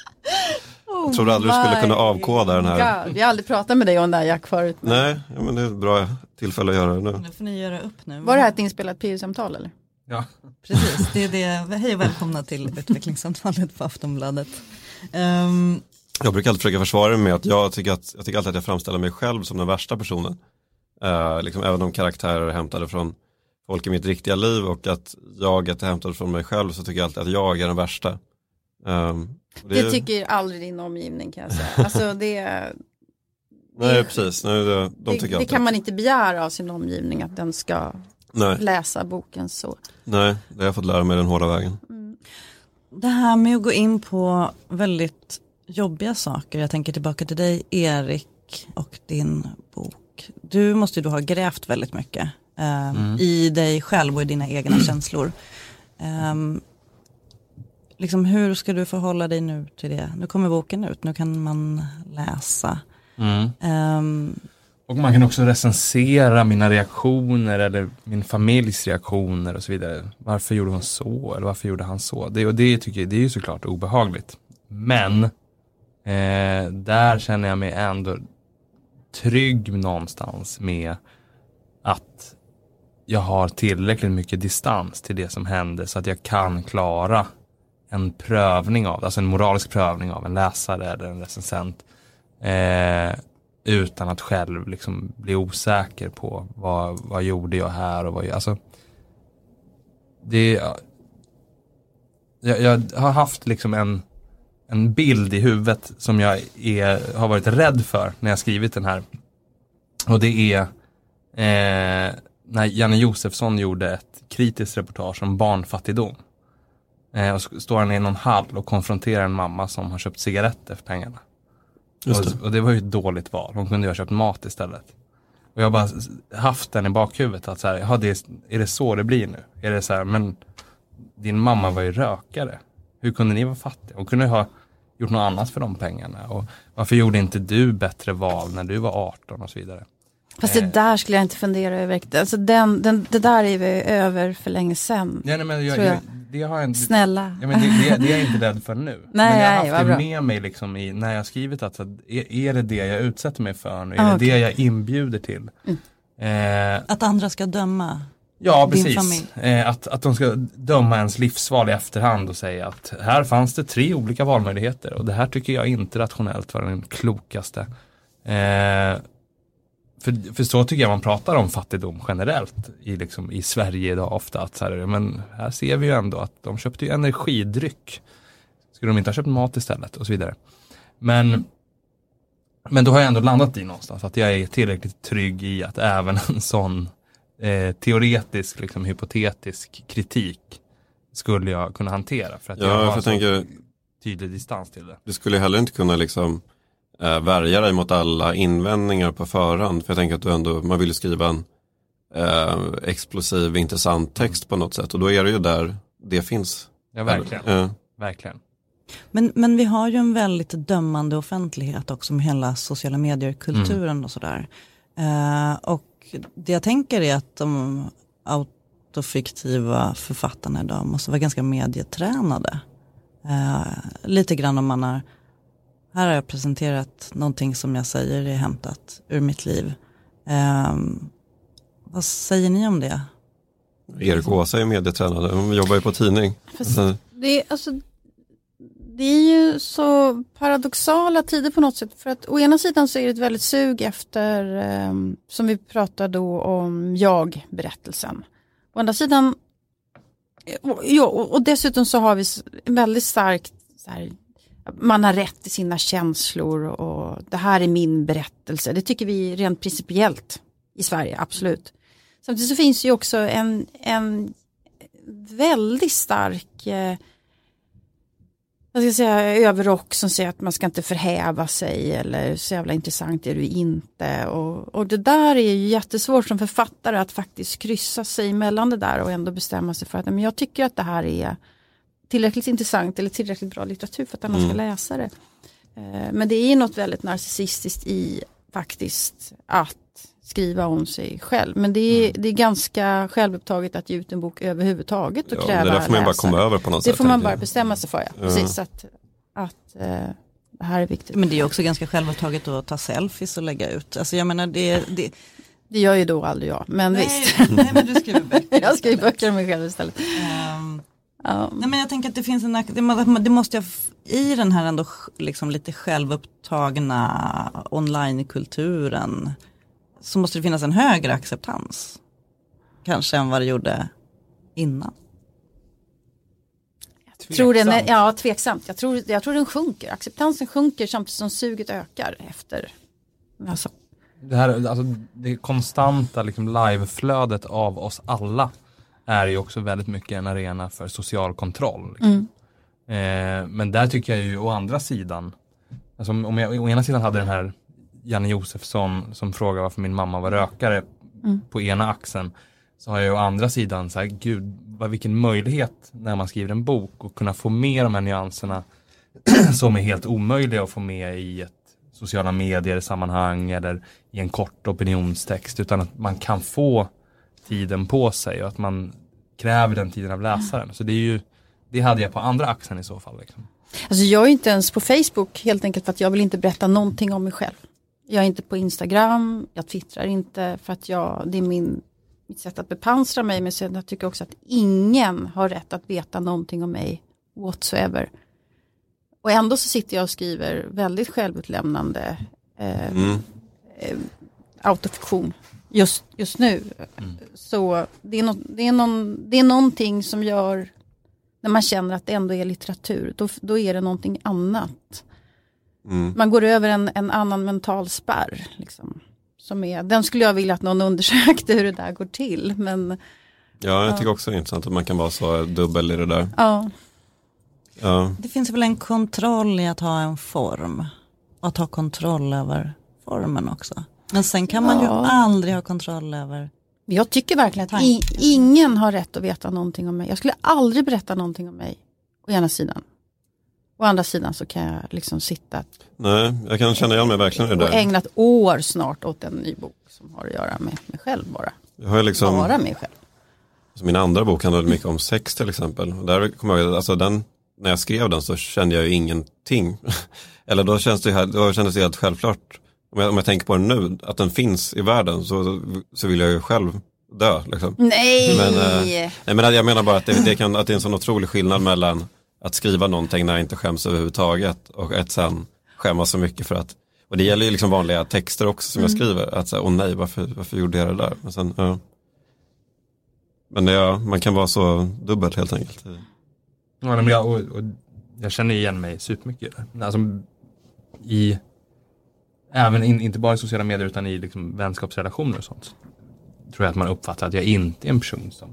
Jag trodde aldrig du skulle kunna avkoda den här. God. Vi har aldrig pratat med dig om det här, Jack, förut. Nej, ja, men det är ett bra tillfälle att göra det nu. Nu får ni göra upp nu. Var det här ett inspelat P U-samtal eller? Ja, precis. Det är det. Hej och välkomna till utvecklingssamtalet på Aftonbladet. Um... Jag brukar alltid försöka försvara mig med att jag tycker, att, jag tycker alltid att jag framställer mig själv som den värsta personen. Uh, liksom, även om karaktärer är hämtade från folk i mitt riktiga liv och att jag är hämtad från mig själv, så tycker jag alltid att jag är den värsta. Um, det, det tycker aldrig din omgivning, kan jag säga. Alltså det, det Nej, precis. Nej, det, de det, det kan man inte begära av sin omgivning, att den ska Nej. läsa boken så. Nej, det har jag fått lära mig den hårda vägen. Mm. Det här med att gå in på väldigt jobbiga saker. Jag tänker tillbaka till dig, Erik, och din bok. Du måste ju då ha grävt väldigt mycket eh, mm. i dig själv och i dina egna mm. känslor. Um, liksom, hur ska du förhålla dig nu till det? Nu kommer boken ut, nu kan man läsa. Mm. Um, och man kan också recensera mina reaktioner eller min familjs reaktioner och så vidare. Varför gjorde hon så eller varför gjorde han så? Det, och det tycker jag, det är ju såklart obehagligt. Men eh, där känner jag mig ändå trygg någonstans med att jag har tillräckligt mycket distans till det som hände så att jag kan klara en prövning av, alltså en moralisk prövning av en läsare eller en recensent eh, utan att själv liksom bli osäker på vad, vad gjorde jag här och vad jag, alltså det jag, jag har haft liksom en en bild i huvudet som jag är, har varit rädd för när jag skrivit den här, och det är eh, när Janne Josefsson gjorde ett kritiskt reportage om barnfattigdom. Eh, och så står han i någon hall och konfronterar en mamma som har köpt cigaretter för pengarna. Just det. Och, och det var ju ett dåligt val. Hon kunde ju ha köpt mat istället. Och jag har bara haft den i bakhuvudet att så här, ja, det är, är det så det blir nu? Är det så här, men din mamma var ju rökare. Hur kunde ni vara fattiga? Hon kunde ju ha gjort något annat för de pengarna. Och varför gjorde inte du bättre val när du var arton och så vidare? Fast det där skulle jag inte fundera över. Alltså den, den, det där är vi över för länge sedan. Ja, nej, men jag, jag. Jag, det har jag inte, Snälla. Ja, men det, det, det är jag inte rädd för nu. Nej, men jag har nej, haft det bra. med mig liksom i, när jag har skrivit att så, är, är det det jag utsätter mig för nu? Är Ah, det okay. det jag inbjuder till? Mm. Eh, Att andra ska döma ja, din precis. familj. Eh, att, att de ska döma ens livsval i efterhand och säga att här fanns det tre olika valmöjligheter och det här tycker jag inte rationellt var den klokaste. Eh, För, för så tycker jag man pratar om fattigdom generellt i, liksom, i Sverige idag ofta. Att så här, men här ser vi ju ändå att de köpte ju energidryck. Skulle de inte ha köpt mat istället och så vidare. Men, men då har jag ändå landat i någonstans att jag är tillräckligt trygg i att även en sån eh, teoretisk, liksom, hypotetisk kritik skulle jag kunna hantera. För att ja, jag har för så tänker, tydlig distans till det. Du skulle heller inte kunna liksom eh, värja dig mot alla invändningar på förhand. För jag tänker att du ändå, man vill ju skriva en eh, explosiv, intressant text på något sätt. Och då är det ju där det finns. Ja, verkligen. Eh. Verkligen. Men, men vi har ju en väldigt dömande offentlighet också med hela sociala medier-kulturen mm. och sådär. Eh, och det jag tänker är att de autofiktiva författarna idag måste vara ganska medietränade. Eh, lite grann om man har, här har jag presenterat någonting som jag säger är hämtat ur mitt liv. Eh, vad säger ni om det? Erik Åsa är medietränade, hon jobbar ju på tidning. Fast det är alltså... Det är ju så paradoxala tider på något sätt. För att å ena sidan så är det ett väldigt sug efter, eh, som vi pratade då om, jag-berättelsen. Å andra sidan, och, ja, och dessutom så har vi en väldigt starkt, så här, man har rätt i sina känslor och det här är min berättelse. Det tycker vi rent principiellt i Sverige, absolut. Samtidigt så finns ju också en, en väldigt stark... Eh, Jag ska säga överrock som säger att man ska inte förhäva sig eller så jävla intressant är du inte. Och, och det där är ju jättesvårt som författare att faktiskt kryssa sig mellan det där och ändå bestämma sig för att men jag tycker att det här är tillräckligt intressant eller tillräckligt bra litteratur för att alla ska Mm. läsa det. Men det är något väldigt narcissistiskt i faktiskt att skriva om sig själv. Men det är, det är ganska självupptaget att ge ut en bok överhuvudtaget och ja, kräva det där får man läsare. bara komma över på något det sätt. får man bara jag. bestämma sig för. Ja. Ja. Precis att, att eh, det här är viktigt. Men det är också ganska självupptaget att ta selfies och lägga ut. Alltså jag menar det... det... Det gör ju då aldrig jag, men nej, visst. Nej, men du skriver böcker. Jag skriver böcker om mig själv istället. Um, ja. Nej, men jag tänker att det finns en... Det, det måste jag... I den här ändå liksom lite självupptagna online-kulturen så måste det finnas en högre acceptans. Kanske än vad det gjorde innan. Jag tror den är, ja, tveksamt. Jag tror, jag tror den sjunker. Acceptansen sjunker samtidigt som suget ökar efter. Alltså. Det här, alltså det konstanta liksom liveflödet av oss alla är ju också väldigt mycket en arena för social kontroll. Liksom. Mm. Eh, men där tycker jag ju å andra sidan, alltså om jag å ena sidan hade den här Janne Josefsson som frågar varför min mamma var rökare mm. på ena axeln, så har jag å andra sidan så här, gud, vad, vilken möjlighet när man skriver en bok och kunna få med de här nyanserna som är helt omöjliga att få med i ett sociala medier sammanhang eller i en kort opinionstext, utan att man kan få tiden på sig och att man kräver den tiden av läsaren. Så det är ju, det hade jag på andra axeln i så fall. Liksom. Alltså jag är inte ens på Facebook helt enkelt för att jag vill inte berätta någonting om mig själv. Jag är inte på Instagram, jag twittrar inte för att jag, det är min, mitt sätt att bepansra mig. Men sen jag tycker också att ingen har rätt att veta någonting om mig whatsoever. Och ändå så sitter jag och skriver väldigt självutlämnande eh, mm. eh, autofiktion just, just nu. Mm. Så det är, no, det, är någon, det är någonting som gör, när man känner att det ändå är litteratur, då, då är det någonting annat. Mm. Man går över en, en annan mental spärr. Liksom, som är, den skulle jag vilja att någon undersökte hur det där går till. Men, ja, jag tycker också det är intressant att man kan vara så dubbel i det där. Ja. Ja. Det finns väl en kontroll i att ha en form. Och att ha kontroll över formen också. Men sen kan man ja. ju aldrig ha kontroll över. Jag tycker verkligen att i, ingen har rätt att veta någonting om mig. Jag skulle aldrig berätta någonting om mig. Å ena sidan. Å andra sidan så kan jag liksom sitta. Nej, jag kan känna igen mig verkligen i det där. Och ägnat år snart åt en ny bok som har att göra med mig själv bara. Jag har liksom, bara mig själv. Alltså min andra bok handlade mycket om sex till exempel. Och där kommer jag, alltså den, när jag skrev den så kände jag ju ingenting. Eller då känns det här, då kändes det helt självklart. Om jag, om jag tänker på den nu, att den finns i världen så, så vill jag ju själv dö. Liksom. Nej! Men, eh, nej, men jag menar bara att det, det, kan, att det är en sån otrolig skillnad mellan att skriva någonting när jag inte skäms överhuvudtaget och att sen skämmas så mycket för att, och det gäller ju liksom vanliga texter också som mm. jag skriver, att säga, åh nej, varför, varför gjorde jag det där? Men sen, ja. Men det, ja, man kan vara så dubbelt helt enkelt. Ja, men jag, och, och jag känner igen mig supermycket. Alltså, i, även in, inte bara i sociala medier utan i liksom vänskapsrelationer och sånt. Tror jag att man uppfattar att jag inte är en person som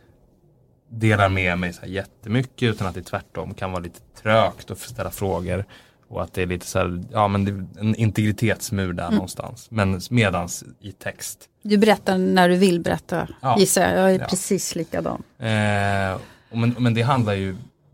delar med mig så här jättemycket, utan att det tvärtom kan vara lite trögt att ställa frågor och att det är lite så här, ja men det är en integritetsmur där mm. någonstans, men medans i text. Du berättar när du vill berätta, ja. gissar jag, jag är ja. precis likadan. Eh, och men, men det handlar ju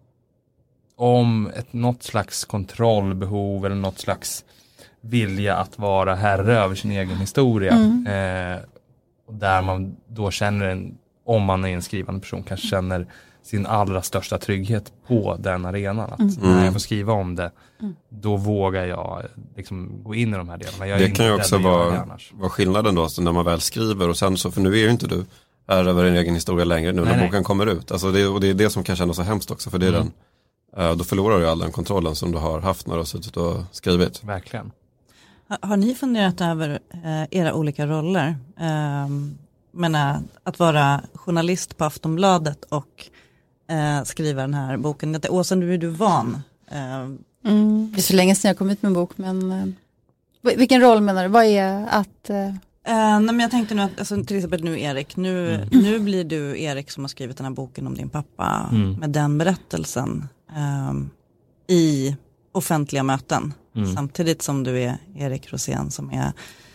om ett, något slags kontrollbehov eller något slags vilja att vara herre över sin egen historia. Mm. Eh, och där man då känner en, om man är en skrivande person, kanske känner sin allra största trygghet på den arenan. Att mm. när jag får skriva om det, mm. då vågar jag liksom gå in i de här delarna. Jag det kan ju också vara, vara skillnaden då, så när man väl skriver och sen så, för nu är ju inte du här över en egen historia längre nu nej, när nej. boken kommer ut. Alltså det, och det är det som kan kännas så hemskt också, för det är mm. den, uh, då förlorar du all den kontrollen som du har haft när du har suttit och skrivit. Verkligen. Har, har ni funderat över uh, era olika roller? Uh, menar, att vara journalist på Aftonbladet och eh, skriva den här boken. Åsa, nu är du van. Eh. Mm. Det är så länge sedan jag kom ut med en bok, men eh, vilken roll menar du? Vad är att... Eh... Eh, nej, men jag tänkte nu att, alltså, till exempel nu Erik, nu, mm. nu blir du Erik som har skrivit den här boken om din pappa mm. med den berättelsen eh, i offentliga möten. Mm. Samtidigt som du är Erik Rosén som är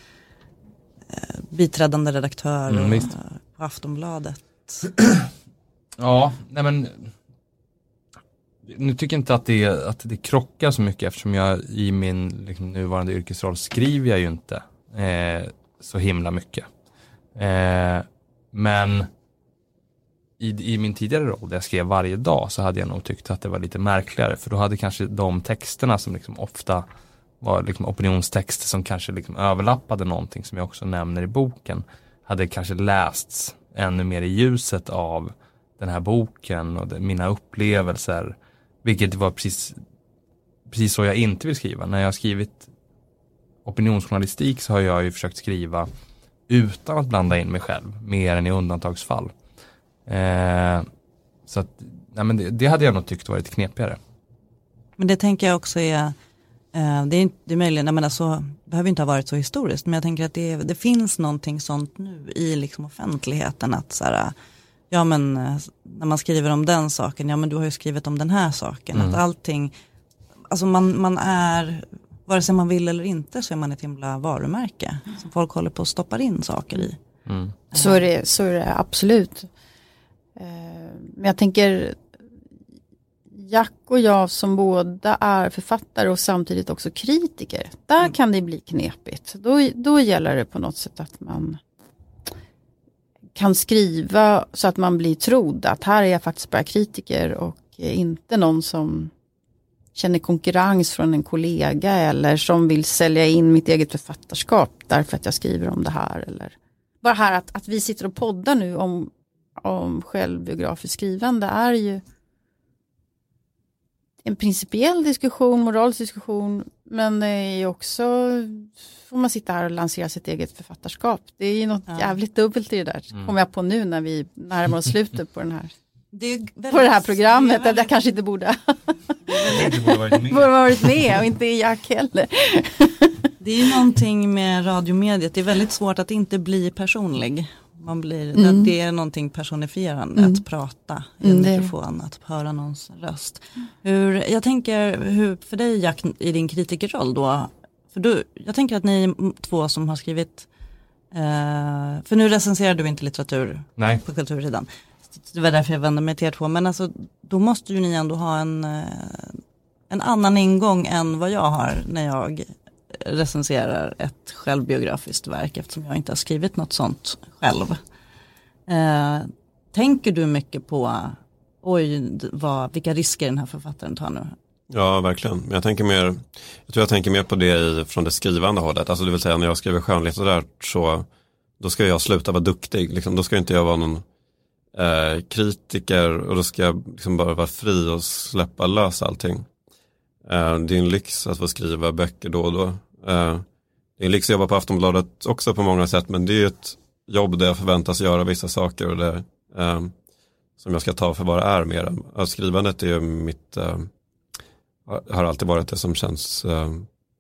biträdande redaktör mm, och, på Aftonbladet. Ja, nej men nu tycker jag inte att det, att det krockar så mycket, eftersom jag i min liksom, nuvarande yrkesroll skriver jag ju inte eh, så himla mycket. Eh, men i, i min tidigare roll där jag skrev varje dag så hade jag nog tyckt att det var lite märkligare, för då hade kanske de texterna som liksom ofta var liksom opinionstexter som kanske liksom överlappade någonting som jag också nämner i boken, hade kanske lästs ännu mer i ljuset av den här boken och det, mina upplevelser, vilket var precis, precis så jag inte vill skriva. När jag har skrivit opinionsjournalistik så har jag ju försökt skriva utan att blanda in mig själv, mer än i undantagsfall. Eh, så att, nej men det, det hade jag nog tyckt varit knepigare. Men det tänker jag också är Det är, det är möjligen, jag menar så, behöver inte ha varit så historiskt, men jag tänker att det, det finns någonting sånt nu i liksom offentligheten att så här, ja men när man skriver om den saken, ja men du har ju skrivit om den här saken, mm. att allting, alltså man, man är, vare sig man vill eller inte så är man ett himla varumärke som folk håller på att stoppa in saker i. Mm. Så är det, så är det absolut. Men jag tänker, Jack och jag som båda är författare och samtidigt också kritiker, där mm. kan det bli knepigt. Då, då gäller det på något sätt att man kan skriva så att man blir trodd att här är jag faktiskt bara kritiker och inte någon som känner konkurrens från en kollega eller som vill sälja in mitt eget författarskap därför att jag skriver om det här. Eller bara här att, att vi sitter och poddar nu om, om självbiografiskt skrivande är ju en principiell diskussion, moralisk diskussion, men det är ju också får man sitta här och lansera sitt eget författarskap. Det är ju något ja. jävligt dubbelt i det där. Mm. Kommer jag på nu när vi närmar oss slutet på den här det är väldigt, på det här programmet. Det väldigt, där jag kanske inte borde borde varit med. borde varit med och inte Jack heller. Det är ju någonting med radiomediet. Det är väldigt svårt att inte bli personlig. Man blir, mm. Det är någonting personifierande mm. att prata i en mm, mikrofon, att höra någons röst. Hur, jag tänker, hur, för dig Jack, i din kritikerroll då, för du, jag tänker att ni är två som har skrivit, eh, för nu recenserar du inte litteratur Nej. på kultursidan. Det var därför jag vände mig till er två, men alltså, då måste ju ni ändå ha en, en annan ingång än vad jag har när jag recenserar ett självbiografiskt verk, eftersom jag inte har skrivit något sånt själv. Eh, tänker du mycket på oj, vad, vilka risker den här författaren tar nu? Ja, verkligen. Men jag tänker mer, jag tror jag tänker mer på det i, från det skrivande hållet. Alltså det vill säga när jag skriver skönlitteratur så då ska jag sluta vara duktig. Liksom, då ska inte jag vara någon eh, kritiker och då ska jag liksom bara vara fri och släppa lös allting. Uh, det är en lyx att få skriva böcker då och då. Uh, det är en lyx att jobba på Aftonbladet också på många sätt, men det är ju ett jobb där jag förväntas göra vissa saker och det, uh, som jag ska ta för vad det är mer. Uh, skrivandet är ju mitt, uh, har alltid varit det som känns uh,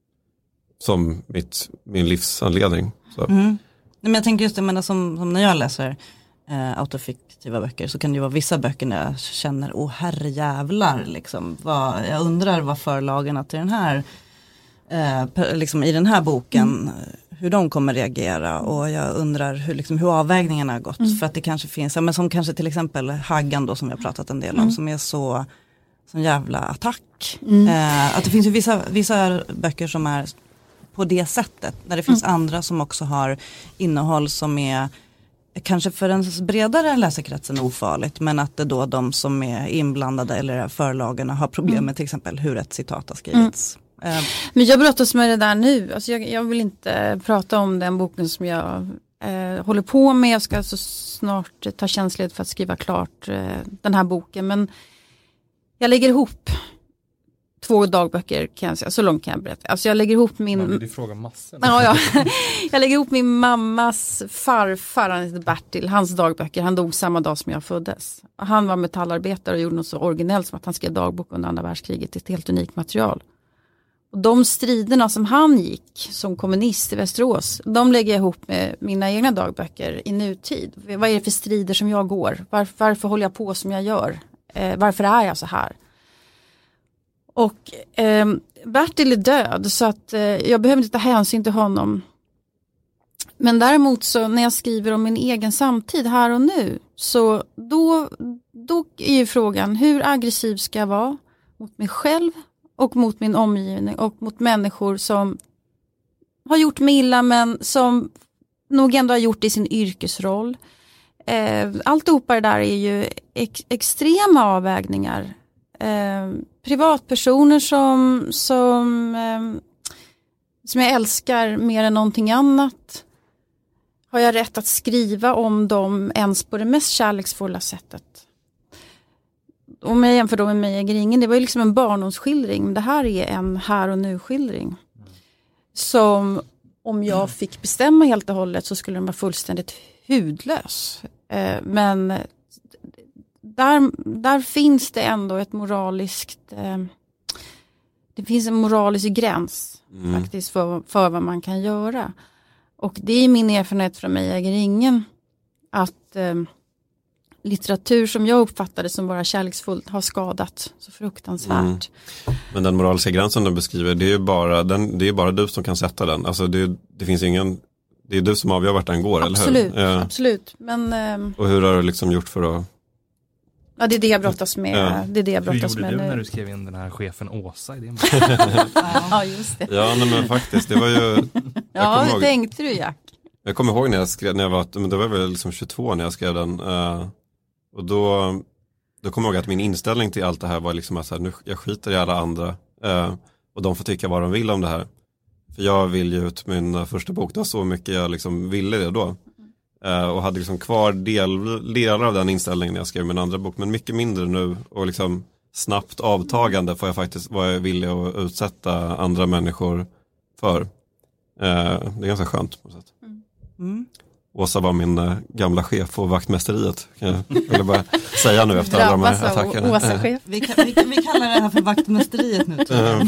som mitt, min livsanledning. Så. Mm. Men jag tänker just det, men som, som när jag läser eh, autofiktiva böcker så kan det ju vara vissa böcker när jag känner, åh herrejävlar liksom. Vad, jag undrar vad förlagarna till den här eh, per, liksom i den här boken mm. hur de kommer reagera och jag undrar hur, liksom, hur avvägningarna har gått mm. för att det kanske finns, ja, men som kanske till exempel Haggan då som vi har pratat en del om mm. som är så som jävla attack. Mm. Eh, att det finns ju vissa, vissa böcker som är på det sättet när det finns mm. andra som också har innehåll som är kanske för en bredare läsekrets ofarligt, men att det då de som är inblandade eller förlagarna har problem med mm. till exempel hur ett citat har skrivits. Mm. Uh, men jag brottas med det där nu. Alltså jag, jag vill inte prata om den boken som jag eh, håller på med. Jag ska så snart ta tjänstledigt för att skriva klart eh, den här boken. Men jag lägger ihop två dagböcker kan jag säga, så långt kan jag berätta. Alltså jag lägger ihop min... Ja, du frågar massor. Ja, ja. Jag lägger ihop min mammas farfar, han heter Bertil, hans dagböcker. Han dog samma dag som jag föddes. Han var metallarbetare och gjorde något så originellt som att han skrev dagbok under andra världskriget. Ett helt unikt material. Och de striderna som han gick som kommunist i Västerås, de lägger jag ihop med mina egna dagböcker i nutid. Vad är det för strider som jag går? Varför, varför håller jag på som jag gör? Eh, varför är jag så här? Och eh, Bertil är död så att eh, jag behöver inte ta hänsyn till honom. Men däremot så när jag skriver om min egen samtid här och nu så då, då är ju frågan hur aggressiv ska jag vara mot mig själv och mot min omgivning och mot människor som har gjort mig illa men som nog ändå har gjort det i sin yrkesroll. Eh, alltihopa det där är ju ex- extrema avvägningar. Eh, privatpersoner som som, eh, som jag älskar mer än någonting annat. Har jag rätt att skriva om dem ens på det mest kärleksfulla sättet? Om jag jämför då med mig äger ingen, det var ju liksom en barndomsskildring, men det här är en här och nu skildring. Som om jag fick bestämma helt och hållet så skulle den vara fullständigt hudlös. Eh, men Där, där finns det ändå ett moraliskt eh, det finns en moralisk gräns mm. faktiskt för, för vad man kan göra. Och det är min erfarenhet från mig äger ingen att eh, litteratur som jag uppfattade som bara kärleksfullt har skadat så fruktansvärt. Mm. Men den moraliska gränsen du beskriver, det är ju bara, den, det är bara du som kan sätta den. Alltså det, det finns ingen, det är du som avgör vart den går, absolut, eller hur? Absolut, men... Eh, och hur har du liksom gjort för att Ja, det är det jag brottas med. Ja. Det är det jag Hur brottas gjorde med du nu. när du skrev in den här chefen Åsa i din Ja, just det. Ja, nej, men faktiskt, det var ju... Ja, ihåg- det tänkte du, Jack. Jag kommer ihåg när jag skrev, när jag var, men det var väl liksom tjugotvå när jag skrev den. Uh, och då, då kommer jag ihåg att min inställning till allt det här var liksom att så här, nu, jag skiter i alla andra. Uh, och de får tycka vad de vill om det här. För jag vill ju ut min uh, första bok, det var så mycket jag liksom ville det då. Uh, och hade liksom kvar del, delar av den inställningen när jag skrev min andra bok. Men mycket mindre nu och liksom snabbt avtagande får jag faktiskt vara villig att utsätta andra människor för. Uh, det är ganska skönt på något sätt. Mm. Åsa var min äh, gamla chef på vaktmästeriet. Kan jag ville bara säga nu efter alla de här attackerna. Åsa-chef. Vi, kan, vi, vi kallar det här för vaktmästeriet nu. Tror jag.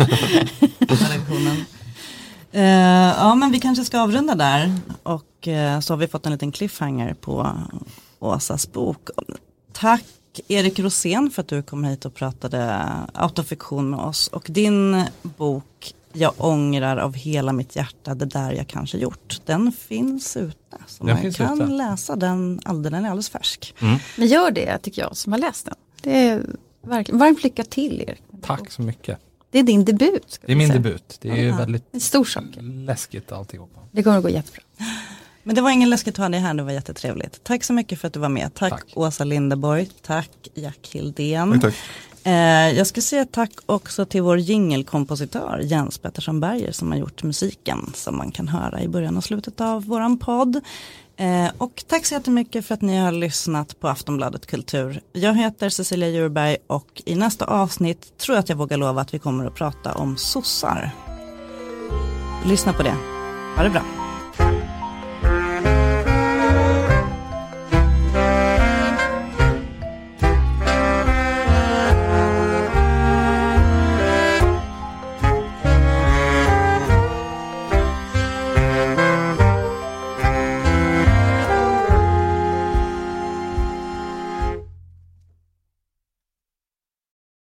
uh, ja, men vi kanske ska avrunda där. Och uh, så har vi fått en liten cliffhanger på Åsas bok. Tack Erik Rosén för att du kom hit och pratade autofiktion med oss. Och din bok Jag ångrar av hela mitt hjärta det där jag kanske gjort. Den finns ute. Så Den man finns kan ute. läsa den, den är alldeles färsk. Mm. Men gör det, tycker jag, som har läst den. Det är verkligen, varmt lycka till, Erik. Tack så mycket. Det är din debut. Ska Det är vi min säga. debut. Det är ju Ja. väldigt En stor sak. läskigt alltihopa. Det kommer att gå jättebra. Men det var ingen läskigt att ha dig här, det var jättetrevligt. Tack så mycket för att du var med. Tack, Tack. Åsa Linderborg, tack Jack Hildén. Tack, tack. Eh, jag ska säga tack också till vår jingelkompositör Jens Pettersson Berger som har gjort musiken som man kan höra i början och slutet av våran podd. Eh, och tack så jättemycket för att ni har lyssnat på Aftonbladet Kultur. Jag heter Cecilia Djurberg och i nästa avsnitt tror jag att jag vågar lova att vi kommer att prata om sossar. Lyssna på det. Ha det bra.